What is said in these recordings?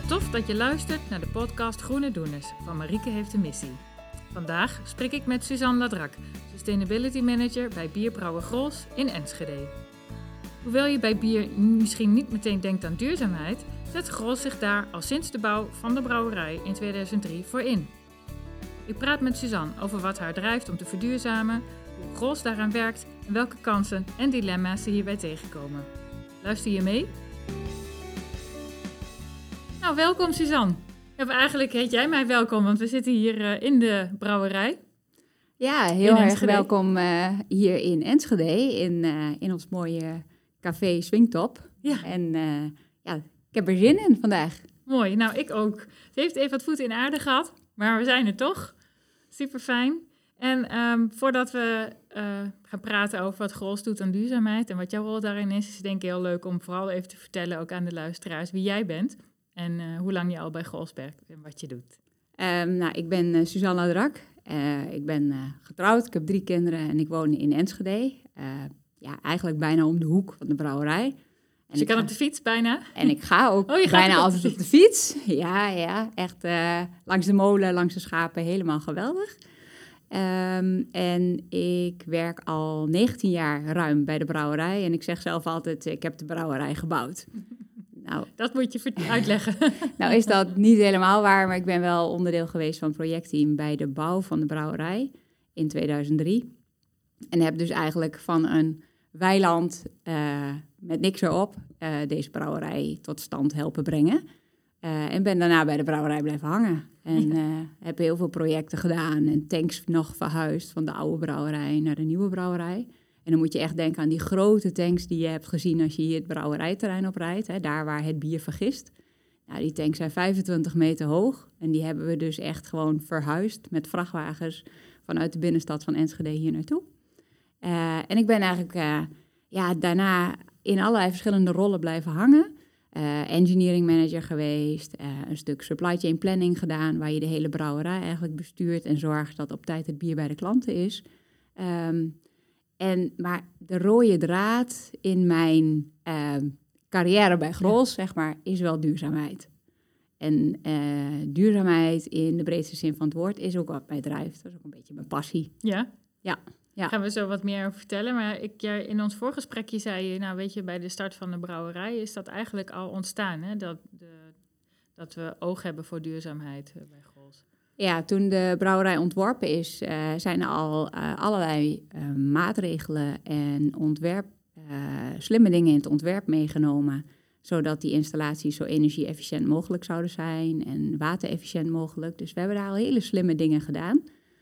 Wat tof dat je luistert naar de podcast Groene Doeners van Marieke heeft een missie. Vandaag spreek ik met Suzanne Ladrak, Sustainability Manager bij Bierbrouwer Grols in Enschede. Hoewel je bij bier misschien niet meteen denkt aan duurzaamheid, zet Grols zich daar al sinds de bouw van de brouwerij in 2003 voor in. Ik praat met Suzanne over wat haar drijft om te verduurzamen, hoe Grols daaraan werkt en welke kansen en dilemma's ze hierbij tegenkomen. Luister je mee? Nou, welkom Suzanne. Eigenlijk heet jij mij welkom, want we zitten hier in de brouwerij. Ja, heel erg welkom hier in Enschede, in ons mooie café Swingtop. Ja. En ik heb er zin in vandaag. Mooi, nou ik ook. Ze heeft even wat voeten in aarde gehad, maar we zijn er toch. Super fijn. En voordat we gaan praten over wat Grols doet aan duurzaamheid en wat jouw rol daarin is het denk ik heel leuk om vooral even te vertellen, ook aan de luisteraars, wie jij bent. En hoe lang je al bij Grols werkt en wat je doet. Ik ben Suzanne Ladrak. Ik ben getrouwd, ik heb 3 kinderen en ik woon in Enschede. Eigenlijk bijna om de hoek van de brouwerij. En dus je kan op de fiets bijna? En ik ga ook bijna altijd op de fiets. Ja, echt langs de molen, langs de schapen, helemaal geweldig. En ik werk al 19 jaar ruim bij de brouwerij. En ik zeg zelf altijd, ik heb de brouwerij gebouwd. Nou, dat moet je uitleggen. Nou is dat niet helemaal waar, maar ik ben wel onderdeel geweest van het projectteam bij de bouw van de brouwerij in 2003. En heb dus eigenlijk van een weiland met niks erop deze brouwerij tot stand helpen brengen. En ben daarna bij de brouwerij blijven hangen. En heb heel veel projecten gedaan en tanks nog verhuisd van de oude brouwerij naar de nieuwe brouwerij. En dan moet je echt denken aan die grote tanks die je hebt gezien als je hier het brouwerijterrein oprijdt. Hè, daar waar het bier vergist. Nou, die tanks zijn 25 meter hoog. En die hebben we dus echt gewoon verhuisd met vrachtwagens vanuit de binnenstad van Enschede hier naartoe. En ik ben eigenlijk daarna in allerlei verschillende rollen blijven hangen. Engineering manager geweest, een stuk supply chain planning gedaan, waar je de hele brouwerij eigenlijk bestuurt en zorgt dat op tijd het bier bij de klanten is. Maar de rode draad in mijn carrière bij Grols, zeg maar, is wel duurzaamheid. En duurzaamheid in de breedste zin van het woord is ook wat mij drijft. Dat is ook een beetje mijn passie. Ja? Ja. Daar gaan we zo wat meer over vertellen. Maar in ons voorgesprekje zei je, bij de start van de brouwerij is dat eigenlijk al ontstaan, hè? Dat we oog hebben voor duurzaamheid bij Grols. Ja, toen de brouwerij ontworpen is, zijn er al allerlei maatregelen en slimme dingen in het ontwerp meegenomen, zodat die installaties zo energie-efficiënt mogelijk zouden zijn en waterefficiënt mogelijk. Dus we hebben daar al hele slimme dingen gedaan.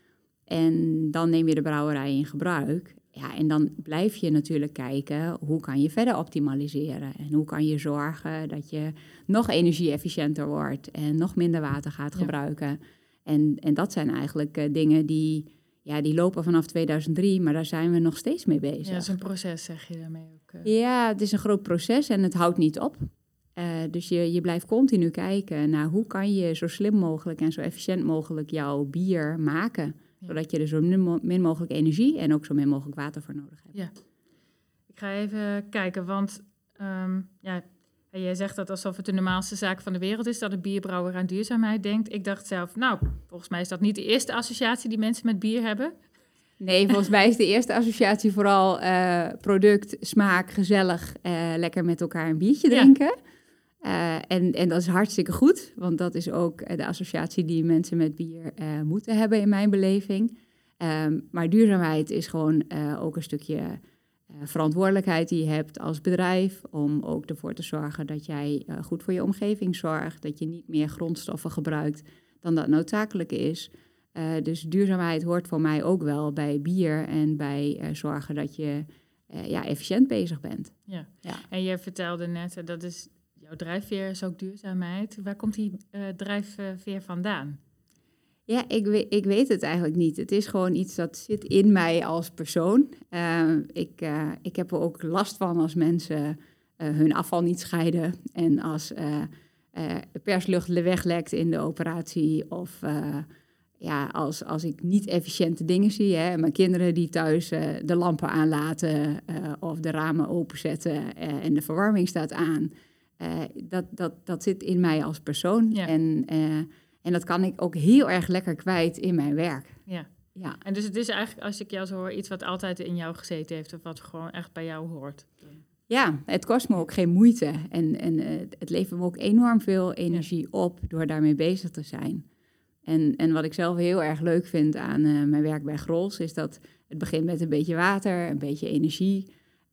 En dan neem je de brouwerij in gebruik. Ja, en dan blijf je natuurlijk kijken, hoe kan je verder optimaliseren? En hoe kan je zorgen dat je nog energie-efficiënter wordt en nog minder water gaat gebruiken? En dat zijn eigenlijk dingen die lopen vanaf 2003, maar daar zijn we nog steeds mee bezig. Ja, dat is een proces, zeg je daarmee ook. Ja, het is een groot proces en het houdt niet op. Dus je blijft continu kijken naar hoe kan je zo slim mogelijk en zo efficiënt mogelijk jouw bier maken. Ja. Zodat je er zo min mogelijk energie en ook zo min mogelijk water voor nodig hebt. Ja. Ik ga even kijken, want jij zegt dat alsof het de normaalste zaak van de wereld is, dat een bierbrouwer aan duurzaamheid denkt. Ik dacht zelf, volgens mij is dat niet de eerste associatie die mensen met bier hebben. Nee, volgens mij is de eerste associatie vooral product, smaak, gezellig, lekker met elkaar een biertje drinken. Ja. En dat is hartstikke goed, want dat is ook de associatie die mensen met bier moeten hebben in mijn beleving. Maar duurzaamheid is gewoon ook een stukje verantwoordelijkheid die je hebt als bedrijf om ook ervoor te zorgen dat jij goed voor je omgeving zorgt, dat je niet meer grondstoffen gebruikt dan dat noodzakelijk is. Dus duurzaamheid hoort voor mij ook wel bij bier en bij zorgen dat je efficiënt bezig bent. Ja. En je vertelde net, dat is jouw drijfveer is ook duurzaamheid. Waar komt die drijfveer vandaan? Ja, ik weet het eigenlijk niet. Het is gewoon iets dat zit in mij als persoon. Ik heb er ook last van als mensen hun afval niet scheiden. En als perslucht weglekt in de operatie. Of als ik niet efficiënte dingen zie. Hè, mijn kinderen die thuis de lampen aanlaten of de ramen openzetten en de verwarming staat aan. dat zit in mij als persoon. Ja. En dat kan ik ook heel erg lekker kwijt in mijn werk. Ja. Ja. En dus het is eigenlijk, als ik jou zo hoor, iets wat altijd in jou gezeten heeft of wat gewoon echt bij jou hoort. Ja, het kost me ook geen moeite. En het levert me ook enorm veel energie op door daarmee bezig te zijn. En wat ik zelf heel erg leuk vind aan mijn werk bij Grolsch is dat het begint met een beetje water, een beetje energie.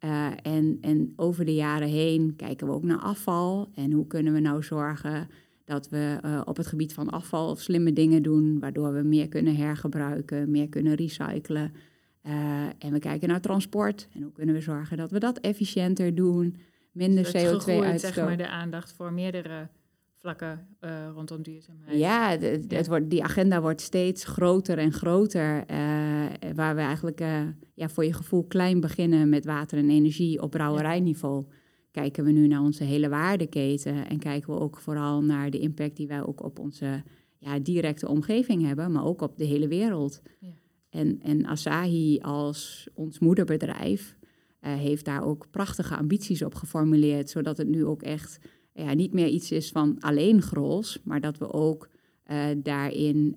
En over de jaren heen kijken we ook naar afval. En hoe kunnen we nou zorgen dat we op het gebied van afval slimme dingen doen, waardoor we meer kunnen hergebruiken, meer kunnen recyclen. En we kijken naar transport. En hoe kunnen we zorgen dat we dat efficiënter doen, minder Dus CO2-uitstoot. zeg maar de aandacht voor meerdere vlakken rondom duurzaamheid. Ja, die agenda wordt steeds groter en groter. Waar we eigenlijk voor je gevoel klein beginnen met water en energie op brouwerijniveau. Kijken we nu naar onze hele waardeketen en kijken we ook vooral naar de impact die wij ook op onze directe omgeving hebben, maar ook op de hele wereld. Ja. En Asahi als ons moederbedrijf heeft daar ook prachtige ambities op geformuleerd, zodat het nu ook echt niet meer iets is van alleen Grolsch, maar dat we ook daarin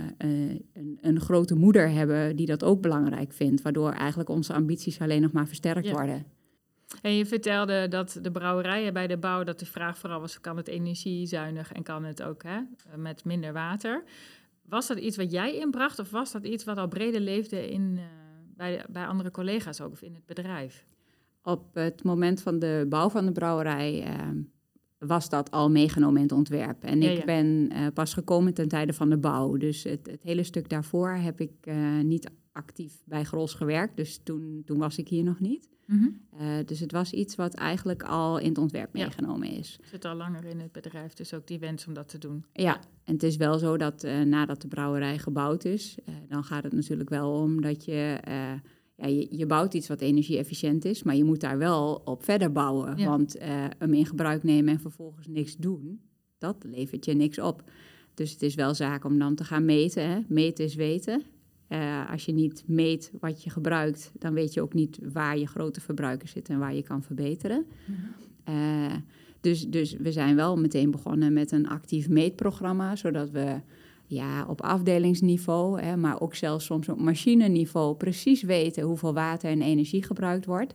een grote moeder hebben die dat ook belangrijk vindt, waardoor eigenlijk onze ambities alleen nog maar versterkt worden. En je vertelde dat de brouwerijen bij de bouw, dat de vraag vooral was, kan het energiezuinig en kan het ook met minder water. Was dat iets wat jij inbracht of was dat iets wat al breder leefde bij andere collega's ook of in het bedrijf? Op het moment van de bouw van de brouwerij was dat al meegenomen in het ontwerp. En ik ben pas gekomen ten tijde van de bouw. Dus het hele stuk daarvoor heb ik niet actief bij Grolsch gewerkt. Dus toen was ik hier nog niet. Mm-hmm. Dus het was iets wat eigenlijk al in het ontwerp meegenomen is. Het zit al langer in het bedrijf, dus ook die wens om dat te doen. Ja, en het is wel zo dat nadat de brouwerij gebouwd is, dan gaat het natuurlijk wel om dat je bouwt iets wat energie-efficiënt is, maar je moet daar wel op verder bouwen. Ja. Want hem in gebruik nemen en vervolgens niks doen, dat levert je niks op. Dus het is wel zaak om dan te gaan meten. Hè? Meten is weten. Als je niet meet wat je gebruikt, dan weet je ook niet waar je grote verbruikers zitten en waar je kan verbeteren. Mm-hmm. Dus we zijn wel meteen begonnen met een actief meetprogramma, zodat we op afdelingsniveau, maar ook zelfs soms op machineniveau precies weten hoeveel water en energie gebruikt wordt.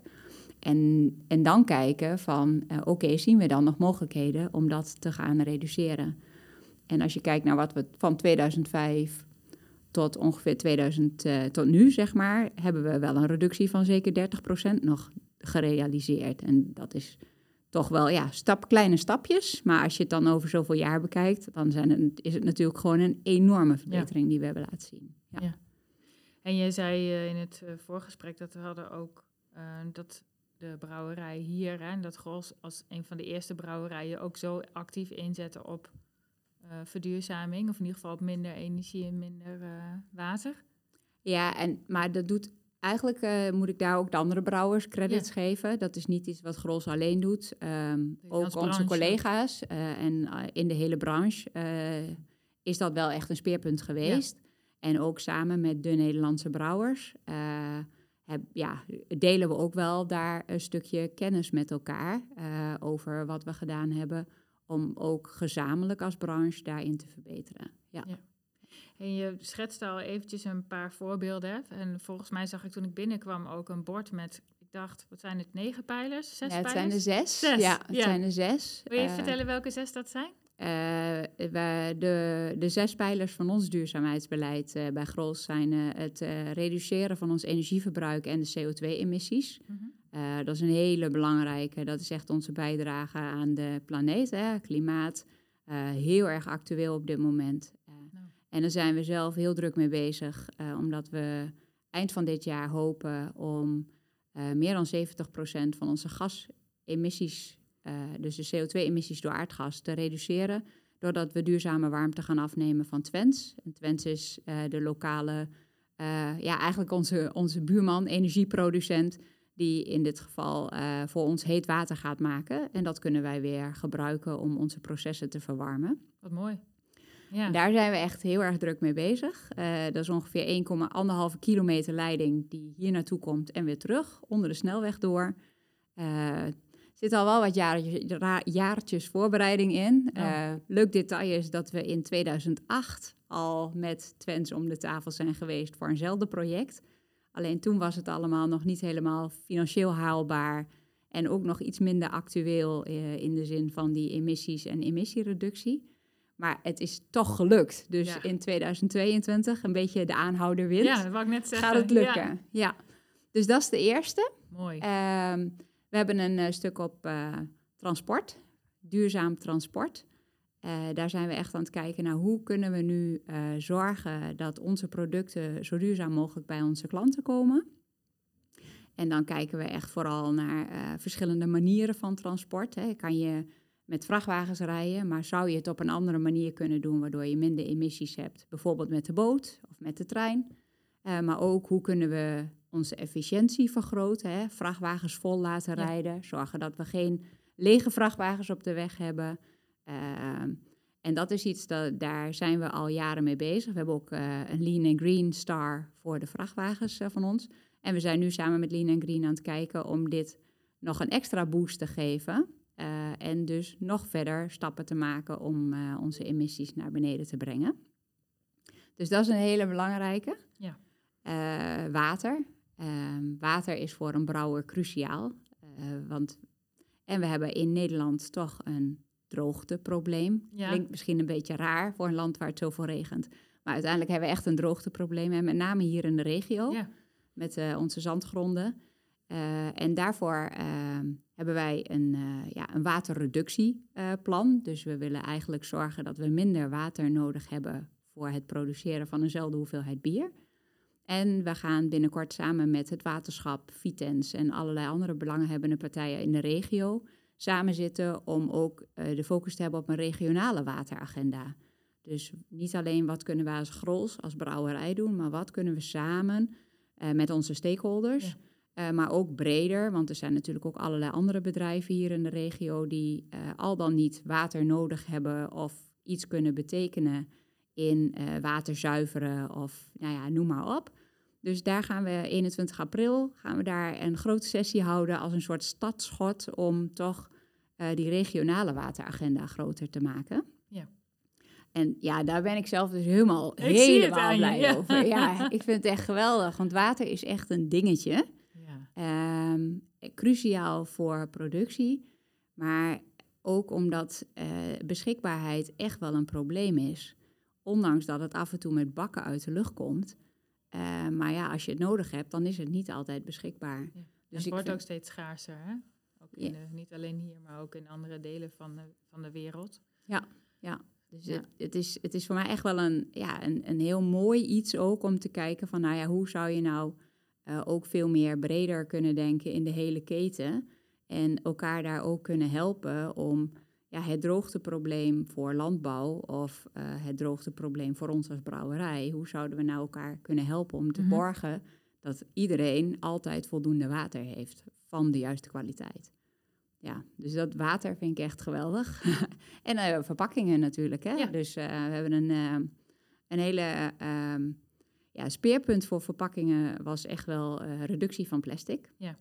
En dan kijken van, zien we dan nog mogelijkheden om dat te gaan reduceren? En als je kijkt naar wat we van 2005 tot ongeveer tot nu, zeg maar, hebben we wel een reductie van zeker 30% nog gerealiseerd. En dat is toch wel, kleine stapjes. Maar als je het dan over zoveel jaar bekijkt, dan is het natuurlijk gewoon een enorme verbetering die we hebben laten zien. Ja. Ja. En je zei in het voorgesprek dat we hadden ook dat de brouwerij hier, en dat Grolsch als een van de eerste brouwerijen ook zo actief inzetten op verduurzaming, of in ieder geval op minder energie en minder water. Ja, maar dat doet eigenlijk, moet ik daar ook de andere brouwers credits geven. Dat is niet iets wat Grolsch alleen doet. Ook onze collega's en in de hele branche is dat wel echt een speerpunt geweest. Ja. En ook samen met de Nederlandse brouwers delen we ook wel daar een stukje kennis met elkaar over wat we gedaan hebben, om ook gezamenlijk als branche daarin te verbeteren. Ja. En je schetste al eventjes een paar voorbeelden. En volgens mij zag ik toen ik binnenkwam ook een bord met, ik dacht, wat zijn het, 9 pijlers? 6 pijlers? Het zijn er 6. Ja, het zijn er 6. Wil je vertellen welke 6 dat zijn? De 6 pijlers van ons duurzaamheidsbeleid bij Grolsch zijn het reduceren van ons energieverbruik en de CO2-emissies. Mm-hmm. Dat is een hele belangrijke, dat is echt onze bijdrage aan de planeet, klimaat. Heel erg actueel op dit moment. En daar zijn we zelf heel druk mee bezig, omdat we eind van dit jaar hopen om meer dan 70% van onze gasemissies, dus de CO2-emissies door aardgas, te reduceren, doordat we duurzame warmte gaan afnemen van Twents. En Twents is de lokale, eigenlijk onze buurman, energieproducent, die in dit geval voor ons heet water gaat maken. En dat kunnen wij weer gebruiken om onze processen te verwarmen. Wat mooi. Ja. Daar zijn we echt heel erg druk mee bezig. Dat is ongeveer 1,5 kilometer leiding die hier naartoe komt en weer terug, onder de snelweg door. Het zit al wel wat jaartjes voorbereiding in. Oh. Leuk detail is dat we in 2008 al met Twents om de tafel zijn geweest voor eenzelfde project. Alleen toen was het allemaal nog niet helemaal financieel haalbaar en ook nog iets minder actueel in de zin van die emissies en emissiereductie. Maar het is toch gelukt. Dus in 2022, een beetje de aanhouder wint. Ja, dat wou ik net zeggen. Gaat het lukken. Ja. Dus dat is de eerste. Mooi. We hebben een stuk op transport, duurzaam transport. Daar zijn we echt aan het kijken naar hoe kunnen we nu zorgen dat onze producten zo duurzaam mogelijk bij onze klanten komen. En dan kijken we echt vooral naar verschillende manieren van transport. Hè. Kan je met vrachtwagens rijden, maar zou je het op een andere manier kunnen doen waardoor je minder emissies hebt? Bijvoorbeeld met de boot of met de trein. Maar ook hoe kunnen we onze efficiëntie vergroten, hè? Vrachtwagens vol laten rijden, zorgen dat we geen lege vrachtwagens op de weg hebben. En dat is iets, daar zijn we al jaren mee bezig. We hebben ook een Lean and Green Star voor de vrachtwagens van ons. En we zijn nu samen met Lean and Green aan het kijken om dit nog een extra boost te geven. En dus nog verder stappen te maken om onze emissies naar beneden te brengen. Dus dat is een hele belangrijke. Ja. Water. Water is voor een brouwer cruciaal. En we hebben in Nederland toch een droogteprobleem. Ja. Klinkt misschien een beetje raar voor een land waar het zoveel regent. Maar uiteindelijk hebben we echt een droogteprobleem. En met name hier in de regio, met onze zandgronden. En daarvoor hebben wij een waterreductieplan. Dus we willen eigenlijk zorgen dat we minder water nodig hebben voor het produceren van eenzelfde hoeveelheid bier. En we gaan binnenkort samen met het waterschap, Vitens en allerlei andere belanghebbende partijen in de regio samen zitten om ook de focus te hebben op een regionale wateragenda. Dus niet alleen wat kunnen we als Grols, als brouwerij doen, maar wat kunnen we samen met onze stakeholders, maar ook breder, want er zijn natuurlijk ook allerlei andere bedrijven hier in de regio die al dan niet water nodig hebben of iets kunnen betekenen in water zuiveren of noem maar op. Dus daar gaan we 21 april daar een grote sessie houden als een soort startschot om toch die regionale wateragenda groter te maken. Ja. En daar ben ik zelf dus helemaal blij over. Ja, ik vind het echt geweldig, want water is echt een dingetje. Ja. Cruciaal voor productie, maar ook omdat beschikbaarheid echt wel een probleem is. Ondanks dat het af en toe met bakken uit de lucht komt. Maar als je het nodig hebt, dan is het niet altijd beschikbaar. Ja. Dus het wordt ook steeds schaarser, hè? Ook niet alleen hier, maar ook in andere delen van de wereld. Ja. Dus het is voor mij echt wel een heel mooi iets ook om te kijken van, hoe zou je nou ook veel meer breder kunnen denken in de hele keten en elkaar daar ook kunnen helpen om het droogteprobleem voor landbouw of het droogteprobleem voor ons als brouwerij, hoe zouden we nou elkaar kunnen helpen om te borgen dat iedereen altijd voldoende water heeft van de juiste kwaliteit. Ja, dus dat water vind ik echt geweldig. En verpakkingen natuurlijk, hè. Ja. Dus we hebben een hele speerpunt voor verpakkingen was echt wel reductie van plastic. Ja.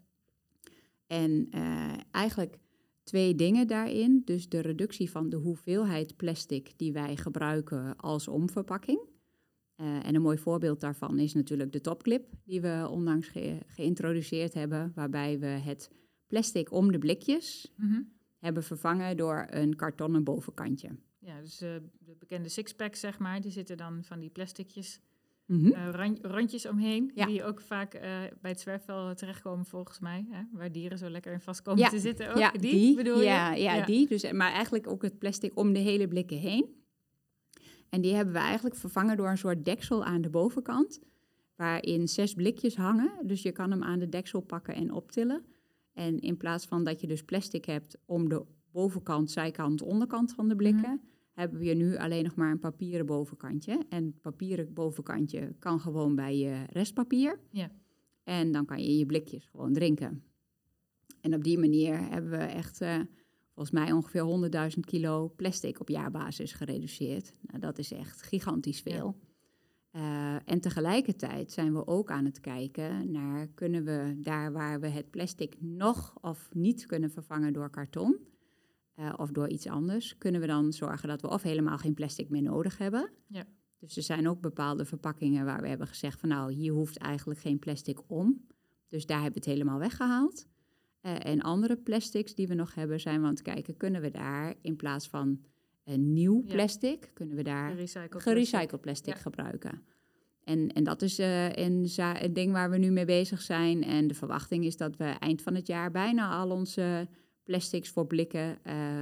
En eigenlijk 2 dingen daarin. Dus de reductie van de hoeveelheid plastic die wij gebruiken als omverpakking. En een mooi voorbeeld daarvan is natuurlijk de topclip die we onlangs geïntroduceerd hebben, waarbij we het plastic om de blikjes hebben vervangen door een kartonnen bovenkantje. Ja, dus de bekende sixpacks, zeg maar, die zitten dan van die plasticjes, randjes omheen, die ook vaak bij het zwerfvuil terechtkomen volgens mij, hè, waar dieren zo lekker in vast komen te zitten. Ook. Ja, die bedoel je? Ja, die. Dus, maar eigenlijk ook het plastic om de hele blikken heen. En die hebben we eigenlijk vervangen door een soort deksel aan de bovenkant, waarin 6 blikjes hangen. Dus je kan hem aan de deksel pakken en optillen. En in plaats van dat je dus plastic hebt om de bovenkant, zijkant, onderkant van de blikken, hebben we nu alleen nog maar een papieren bovenkantje. En het papieren bovenkantje kan gewoon bij je restpapier. Ja. En dan kan je je blikjes gewoon drinken. En op die manier hebben we echt volgens mij ongeveer 100.000 kilo plastic op jaarbasis gereduceerd. Nou, dat is echt gigantisch veel. En tegelijkertijd zijn we ook aan het kijken naar, kunnen we daar waar we het plastic nog of niet kunnen vervangen door karton of door iets anders, kunnen we dan zorgen dat we of helemaal geen plastic meer nodig hebben. Ja. Dus er zijn ook bepaalde verpakkingen waar we hebben gezegd van nou, hier hoeft eigenlijk geen plastic om. Dus daar hebben we het helemaal weggehaald. En andere plastics die we nog hebben, zijn we aan het kijken, kunnen we daar in plaats van een nieuw plastic, kunnen we daar gerecycled plastic gebruiken. En dat is een ding waar we nu mee bezig zijn. En de verwachting is dat we eind van het jaar bijna al onze plastics voor blikken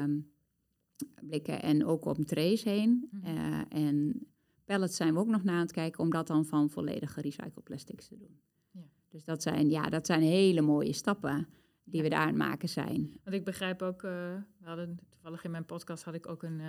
en ook op trays heen. Mm-hmm. En pallets zijn we ook nog naar aan het kijken om dat dan van volledig gerecycled plastics te doen. Ja. Dus dat zijn hele mooie stappen die we daar aan het maken zijn. Want ik begrijp ook, toevallig in mijn podcast had ik ook een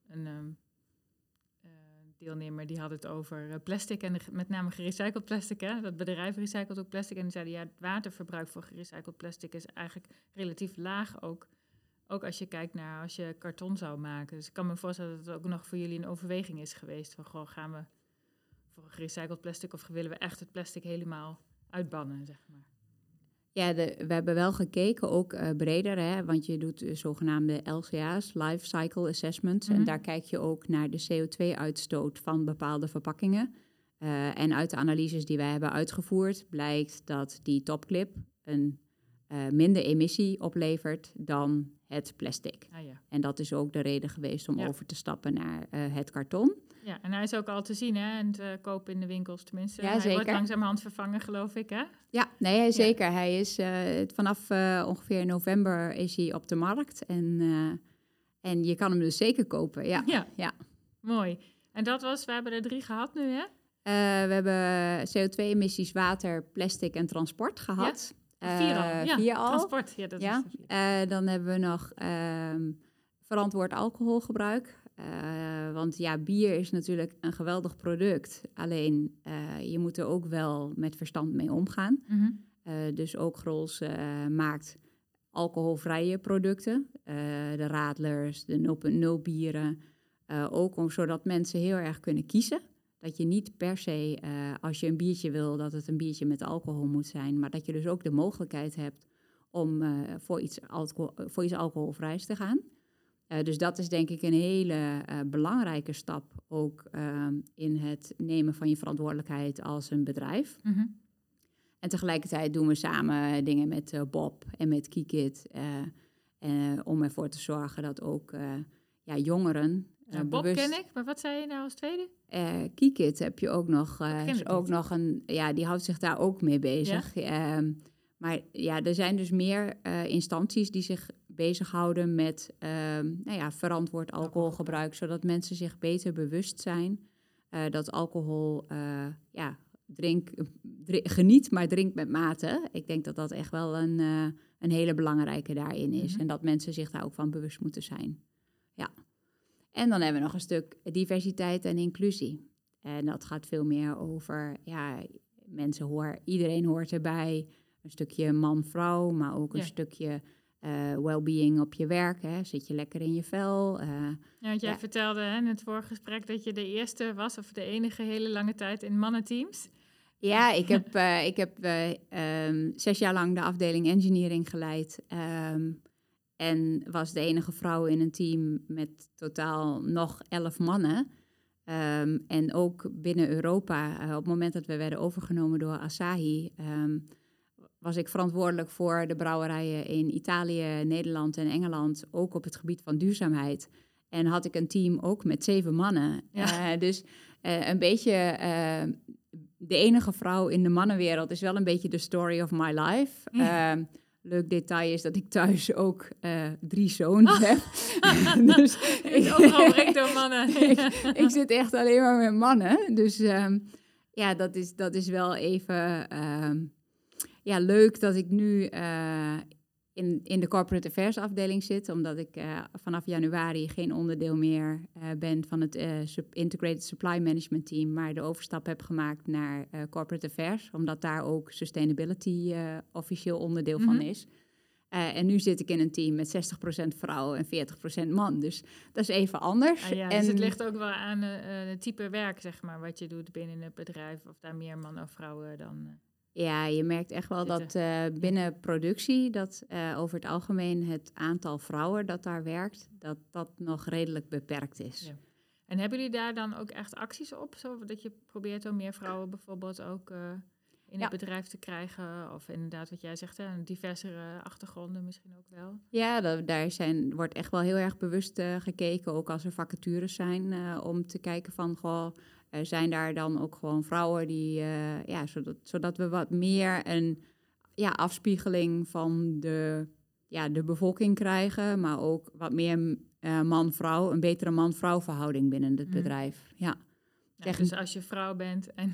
deelnemer die had het over plastic en met name gerecycled plastic. Hè? Dat bedrijf recycelt ook plastic en die zeiden het waterverbruik voor gerecycled plastic is eigenlijk relatief laag ook als je kijkt naar als je karton zou maken. Dus ik kan me voorstellen dat het ook nog voor jullie een overweging is geweest van gaan we voor gerecycled plastic of willen we echt het plastic helemaal uitbannen, zeg maar. Ja, we hebben wel gekeken, ook breder, hè, want je doet zogenaamde LCA's, Life Cycle Assessments. Mm-hmm. En daar kijk je ook naar de CO2-uitstoot van bepaalde verpakkingen. En uit de analyses die wij hebben uitgevoerd, blijkt dat die topclip een minder emissie oplevert dan het plastic. Ah, ja. En dat is ook de reden geweest om over te stappen naar het karton. Ja, en hij is ook al te zien, hè? En te kopen in de winkels tenminste. Ja, hij zeker. wordt langzamerhand vervangen, geloof ik, hè? Ja, nee, zeker. Ja. Hij is vanaf ongeveer november is hij op de markt. En je kan hem dus zeker kopen, ja. Mooi. En we hebben er 3 gehad nu, hè? We hebben CO2-emissies, water, plastic en transport gehad. Ja? 4 al. Transport, ja, dat is de 4. Dan hebben we nog verantwoord alcoholgebruik. Want bier is natuurlijk een geweldig product. Alleen, je moet er ook wel met verstand mee omgaan. Mm-hmm. Dus ook Grolsch maakt alcoholvrije producten. De radlers, de 0.0 bieren. Ook zodat mensen heel erg kunnen kiezen. Dat je niet per se, als je een biertje wil, dat het een biertje met alcohol moet zijn. Maar dat je dus ook de mogelijkheid hebt om voor iets alcoholvrijs te gaan. Dus dat is denk ik een hele belangrijke stap ook in het nemen van je verantwoordelijkheid als een bedrijf. Mm-hmm. En tegelijkertijd doen we samen dingen met Bob en met Kikit om ervoor te zorgen dat ook jongeren... Bob ken ik, maar wat zei je nou als tweede? Kikit heb je ook nog, die houdt zich daar ook mee bezig. Ja? Maar er zijn dus meer instanties die zich bezighouden met verantwoord alcoholgebruik, zodat mensen zich beter bewust zijn dat alcohol geniet, maar drink met mate. Ik denk dat dat echt wel een hele belangrijke daarin is. Mm-hmm. En dat mensen zich daar ook van bewust moeten zijn. Ja. En dan hebben we nog een stuk diversiteit en inclusie. En dat gaat veel meer over, iedereen hoort erbij. Een stukje man-vrouw, maar ook een stukje well-being op je werk. Hè. Zit je lekker in je vel? Want jij vertelde in het vorige gesprek dat je de eerste was, of de enige hele lange tijd in mannenteams. Ja, ik heb 6 jaar lang de afdeling engineering geleid. En was de enige vrouw in een team met totaal nog 11 mannen. En ook binnen Europa, op het moment dat we werden overgenomen door Asahi... was ik verantwoordelijk voor de brouwerijen in Italië, Nederland en Engeland, ook op het gebied van duurzaamheid. En had ik een team ook met 7 mannen. Ja. Dus een beetje de enige vrouw in de mannenwereld is wel een beetje de story of my life. Ja. Leuk detail is dat ik thuis ook 3 zoons heb. Dus overal brengt door mannen. ik zit echt alleen maar met mannen. Dus dat is wel even... leuk dat ik nu in de corporate affairs afdeling zit, omdat ik vanaf januari geen onderdeel meer ben van het Integrated Supply Management Team, maar de overstap heb gemaakt naar corporate affairs, omdat daar ook sustainability officieel onderdeel van is. En nu zit ik in een team met 60% vrouw en 40% man. Dus dat is even anders. Dus het ligt ook wel aan het type werk, zeg maar, wat je doet binnen het bedrijf. Of daar meer mannen of vrouwen dan... Ja, je merkt echt wel dat binnen productie, dat over het algemeen het aantal vrouwen dat daar werkt, dat nog redelijk beperkt is. Ja. En hebben jullie daar dan ook echt acties op? Zo, dat je probeert om meer vrouwen bijvoorbeeld ook in het bedrijf te krijgen? Of inderdaad wat jij zegt, een diversere achtergronden misschien ook wel? Ja, wordt echt wel heel erg bewust gekeken, ook als er vacatures zijn, om te kijken van, zijn daar dan ook gewoon vrouwen die, zodat we wat meer een afspiegeling van de bevolking krijgen, maar ook wat meer man-vrouw, een betere man-vrouw verhouding binnen het bedrijf. Ja. Dus als je vrouw bent en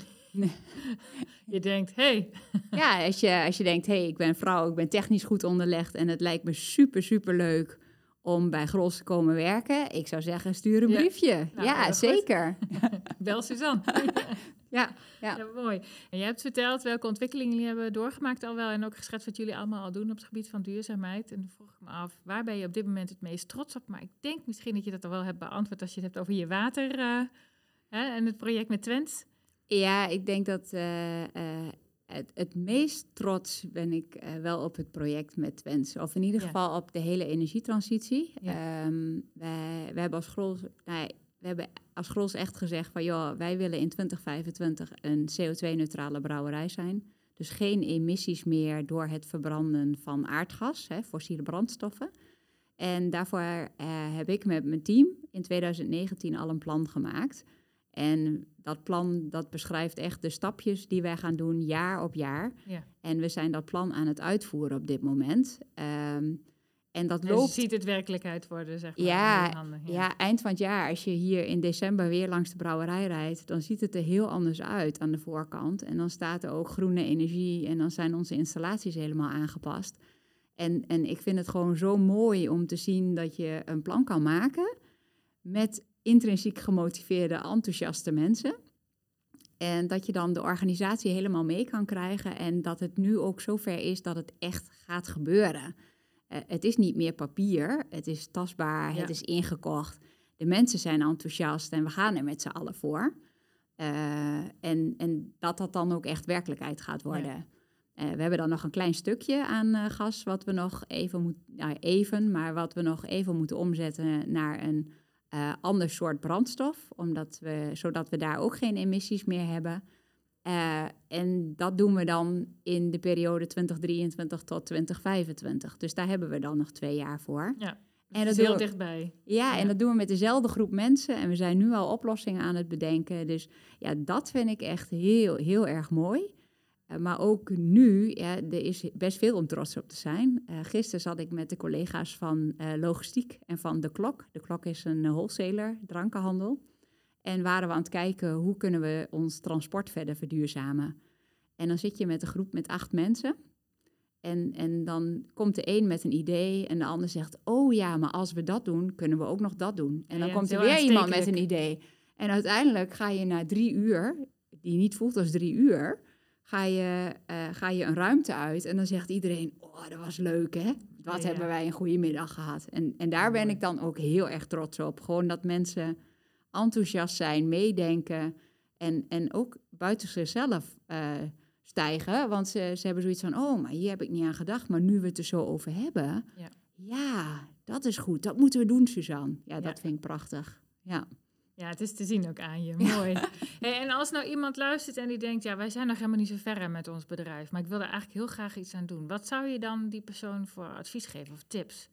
je denkt, hey. Ja, als je denkt, hey, ik ben vrouw, ik ben technisch goed onderlegd en het lijkt me super, super leuk om bij Grols te komen werken. Ik zou zeggen, stuur een briefje. Ja, zeker. Bel Suzanne. Ja, mooi. En je hebt verteld welke ontwikkelingen jullie hebben doorgemaakt al wel en ook geschetst wat jullie allemaal al doen op het gebied van duurzaamheid. En dan vroeg ik me af, waar ben je op dit moment het meest trots op? Maar ik denk misschien dat je dat al wel hebt beantwoord als je het hebt over je water en het project met Twents. Ja, ik denk dat het meest trots ben ik wel op het project met Twents. Of in ieder geval op de hele energietransitie. Ja. We hebben als Grols echt gezegd van, joh, wij willen in 2025 een CO2-neutrale brouwerij zijn. Dus geen emissies meer door het verbranden van aardgas, fossiele brandstoffen. En daarvoor heb ik met mijn team in 2019 al een plan gemaakt. En dat plan, dat beschrijft echt de stapjes die wij gaan doen jaar op jaar. Ja. En we zijn dat plan aan het uitvoeren op dit moment. En dat loopt... Je ziet het werkelijkheid worden, zeg maar. Ja, eind van het jaar, als je hier in december weer langs de brouwerij rijdt, dan ziet het er heel anders uit aan de voorkant. En dan staat er ook groene energie en dan zijn onze installaties helemaal aangepast. En ik vind het gewoon zo mooi om te zien dat je een plan kan maken met intrinsiek gemotiveerde, enthousiaste mensen. En dat je dan de organisatie helemaal mee kan krijgen en dat het nu ook zover is dat het echt gaat gebeuren. Het is niet meer papier, het is tastbaar, het is ingekocht. De mensen zijn enthousiast en we gaan er met z'n allen voor. En dat dan ook echt werkelijkheid gaat worden. Ja. We hebben dan nog een klein stukje aan gas wat we nog wat we nog even moeten omzetten naar een ander soort brandstof, zodat we daar ook geen emissies meer hebben. En dat doen we dan in de periode 2023 tot 2025. Dus daar hebben we dan nog 2 jaar voor. Ja, en dat is heel dichtbij. Ja, en dat doen we met dezelfde groep mensen. En we zijn nu al oplossingen aan het bedenken. Dus ja, dat vind ik echt heel, heel erg mooi. Maar ook nu, er is best veel om trots op te zijn. Gisteren zat ik met de collega's van logistiek en van De Klok. De Klok is een wholesaler, drankenhandel. En waren we aan het kijken, hoe kunnen we ons transport verder verduurzamen? En dan zit je met een groep met 8 mensen. En dan komt de een met een idee en de ander zegt, oh ja, maar als we dat doen, kunnen we ook nog dat doen. En dan komt er weer iemand met een idee. En uiteindelijk ga je na 3 uur, die niet voelt als 3 uur... Ga je een ruimte uit en dan zegt iedereen, oh, dat was leuk, hè? Wat hebben wij een goede middag gehad. En daar ben ik dan ook heel erg trots op. Gewoon dat mensen enthousiast zijn, meedenken en ook buiten zichzelf stijgen. Want ze hebben zoiets van, oh, maar hier heb ik niet aan gedacht. Maar nu we het er zo over hebben, ja, dat is goed. Dat moeten we doen, Suzanne. Ja, dat vind ik prachtig. Ja. Ja, het is te zien ook aan je. Mooi. Hey, en als nou iemand luistert en die denkt, ja, wij zijn nog helemaal niet zo ver met ons bedrijf, maar ik wil er eigenlijk heel graag iets aan doen. Wat zou je dan die persoon voor advies geven of tips?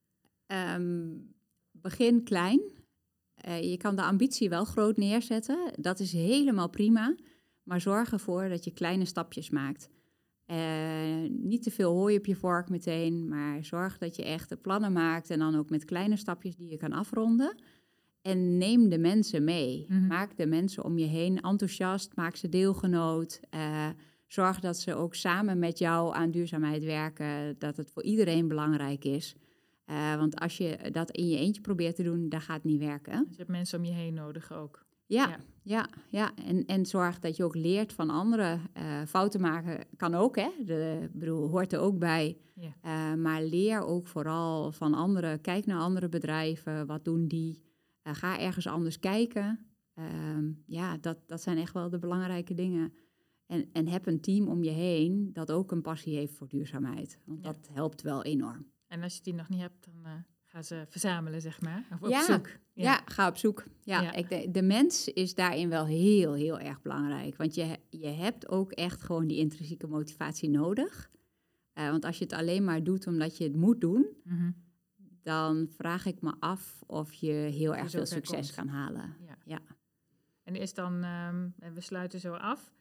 Begin klein. Je kan de ambitie wel groot neerzetten. Dat is helemaal prima. Maar zorg ervoor dat je kleine stapjes maakt. Niet te veel hooi op je vork meteen, maar zorg dat je echt de plannen maakt en dan ook met kleine stapjes die je kan afronden. En neem de mensen mee. Mm-hmm. Maak de mensen om je heen enthousiast. Maak ze deelgenoot. Zorg dat ze ook samen met jou aan duurzaamheid werken. Dat het voor iedereen belangrijk is. Want als je dat in je eentje probeert te doen, dat gaat niet werken. Dus je hebt mensen om je heen nodig ook. Ja. En zorg dat je ook leert van anderen. Fouten maken kan ook, hè. Hoort er ook bij. Ja. Maar leer ook vooral van anderen. Kijk naar andere bedrijven. Wat doen die? Ga ergens anders kijken. Dat zijn echt wel de belangrijke dingen. En heb een team om je heen dat ook een passie heeft voor duurzaamheid. Want dat helpt wel enorm. En als je die nog niet hebt, dan ga ze verzamelen, zeg maar. Of op zoek. Ja, ga op zoek. De mens is daarin wel heel, heel erg belangrijk. Want je hebt ook echt gewoon die intrinsieke motivatie nodig. Want als je het alleen maar doet omdat je het moet doen... Mm-hmm. Dan vraag ik me af of je heel erg veel succes kan halen. Ja. En is dan, we sluiten zo af...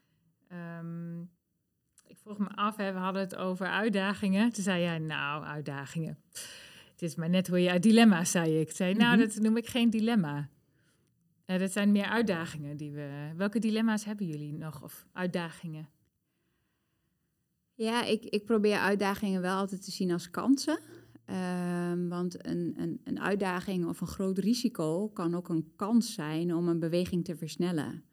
ik vroeg me af, we hadden het over uitdagingen. Toen zei jij, uitdagingen. Het is maar net hoe je uit dilemma's, zei ik. Ik zei, dat noem ik geen dilemma. Dat zijn meer uitdagingen die we... Welke dilemma's hebben jullie nog, of uitdagingen? Ja, ik probeer uitdagingen wel altijd te zien als kansen. Want een uitdaging of een groot risico kan ook een kans zijn om een beweging te versnellen.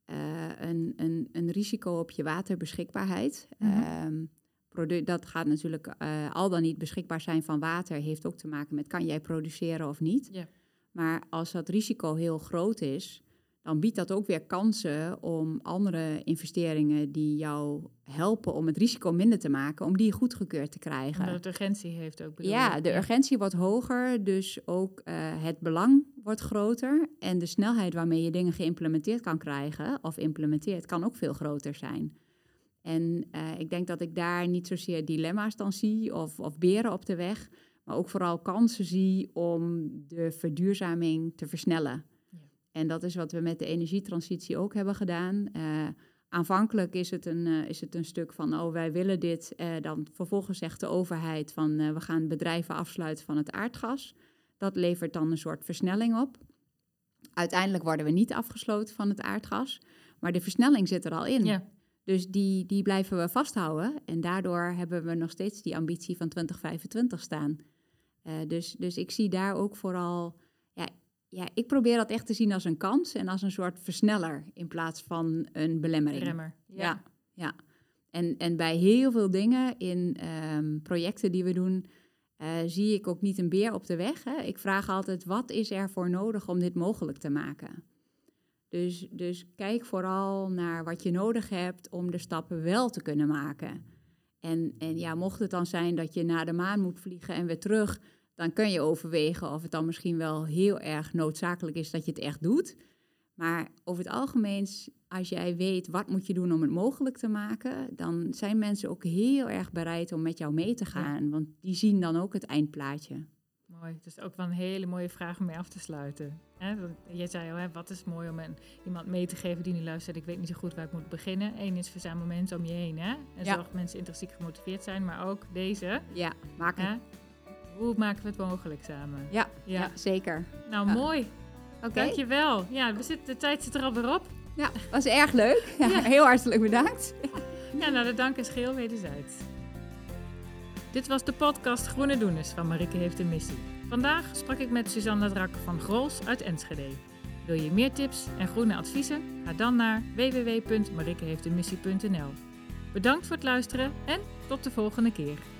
Een risico op je waterbeschikbaarheid. Mm-hmm. Dat gaat natuurlijk al dan niet beschikbaar zijn van water... heeft ook te maken met kan jij produceren of niet. Yeah. Maar als dat risico heel groot is... dan biedt dat ook weer kansen om andere investeringen... die jou helpen om het risico minder te maken... om die goedgekeurd te krijgen. Omdat het urgentie heeft ook. Ja, de urgentie wordt hoger, dus ook het belang wordt groter... en de snelheid waarmee je dingen geïmplementeerd kan krijgen... of implementeert, kan ook veel groter zijn. En ik denk dat ik daar niet zozeer dilemma's dan zie... of beren op de weg, maar ook vooral kansen zie... om de verduurzaming te versnellen. Ja. En dat is wat we met de energietransitie ook hebben gedaan... Aanvankelijk is het een stuk van, wij willen dit. Dan vervolgens zegt de overheid van, we gaan bedrijven afsluiten van het aardgas. Dat levert dan een soort versnelling op. Uiteindelijk worden we niet afgesloten van het aardgas. Maar de versnelling zit er al in. Ja. Dus die blijven we vasthouden. En daardoor hebben we nog steeds die ambitie van 2025 staan. Dus ik zie daar ook vooral... Ja, ik probeer dat echt te zien als een kans en als een soort versneller in plaats van een belemmering. Remmer, ja. En bij heel veel dingen in projecten die we doen, zie ik ook niet een beer op de weg. Hè. Ik vraag altijd, wat is er voor nodig om dit mogelijk te maken? Dus kijk vooral naar wat je nodig hebt om de stappen wel te kunnen maken. En mocht het dan zijn dat je naar de maan moet vliegen en weer terug... dan kun je overwegen of het dan misschien wel heel erg noodzakelijk is dat je het echt doet. Maar over het algemeen, als jij weet wat moet je doen om het mogelijk te maken... dan zijn mensen ook heel erg bereid om met jou mee te gaan. Ja. Want die zien dan ook het eindplaatje. Mooi, dat is ook wel een hele mooie vraag om mee af te sluiten. Jij zei al, wat is mooi om iemand mee te geven die nu luistert... ik weet niet zo goed waar ik moet beginnen. Eén is verzamel mensen om je heen. Hè? En zorg dat mensen intrinsiek gemotiveerd zijn, maar ook deze. Ja, maken. Hoe maken we het mogelijk samen? Ja, zeker. Nou, mooi. Okay. Dankjewel. Ja, de tijd zit er alweer op. Ja, was erg leuk. Ja. Heel hartelijk bedankt. Ja, de dank is geheel wederzijds. Dit was de podcast Groene Doeners van Marieke Heeft een Missie. Vandaag sprak ik met Suzanne Drak van Grols uit Enschede. Wil je meer tips en groene adviezen? Ga dan naar www.mariekeheeftemissie.nl. Bedankt voor het luisteren en tot de volgende keer.